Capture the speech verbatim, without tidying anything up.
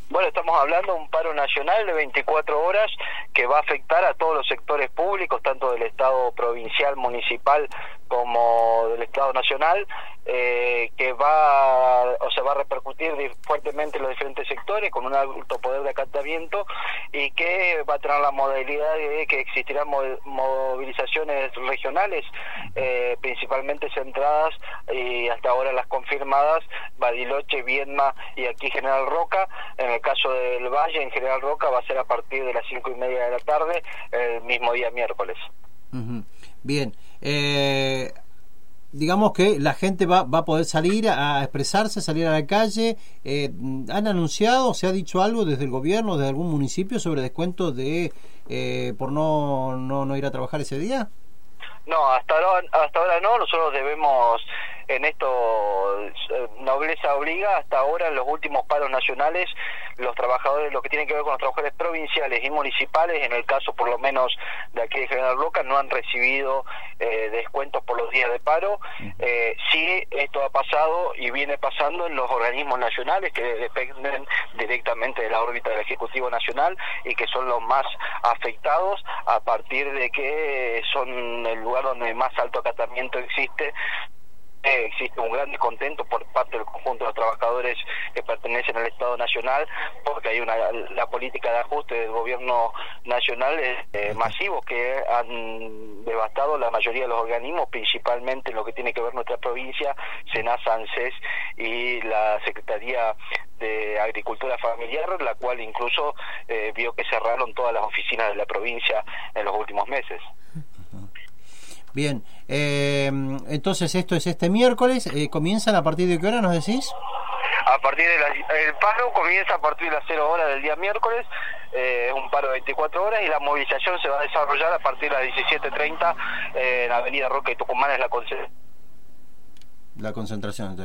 Bueno, estamos hablando de un paro nacional de veinticuatro horas que va a afectar a todos los sectores públicos, tanto del Estado provincial, municipal, como del Estado nacional, eh, que va, o sea, va a repercutir fuertemente en los diferentes sectores con un alto poder de acatamiento y que va a tener la modalidad de que existirán movilizaciones regionales, eh, principalmente centradas y hasta ahora las confirmadas, Bariloche, Viedma y aquí General Roca. En el caso del Valle, en General Roca, va a ser a partir de las cinco y media de la tarde, el mismo día miércoles. Uh-huh. Bien, eh, digamos que la gente va, va a poder salir a expresarse, salir a la calle. Eh, ¿Han anunciado, se ha dicho algo desde el gobierno, de algún municipio, sobre descuentos de eh, por no, no, no ir a trabajar ese día? No, hasta ahora, hasta ahora no. Nosotros debemos, en esto, nobleza obliga, hasta ahora en los últimos paros nacionales, los trabajadores, lo que tiene que ver con los trabajadores provinciales y municipales, en el caso por lo menos de aquí de General Roca, no han recibido eh, descuentos por los días de paro. Eh, sí, esto ha pasado y viene pasando en los organismos nacionales que dependen directamente de la órbita del Ejecutivo Nacional y que son los más afectados a partir de que son el lugar donde más alto acatamiento existe. Eh, existe un gran descontento por parte del conjunto de los trabajadores que pertenecen al Estado Nacional, porque hay una la política de ajuste del gobierno nacional es eh, masivo, que han devastado la mayoría de los organismos, principalmente en lo que tiene que ver nuestra provincia, SENASA, ANSES y la Secretaría de Agricultura Familiar, la cual incluso eh, vio que cerraron todas las oficinas de la provincia en los últimos meses. Bien, eh, entonces esto es este miércoles, eh, ¿comienzan a partir de qué hora nos decís? A partir de la, el paro comienza a partir de las cero horas del día miércoles, es eh, un paro de veinticuatro horas y la movilización se va a desarrollar a partir de las diecisiete treinta eh, en Avenida Roca y Tucumán, es la concentración. La concentración.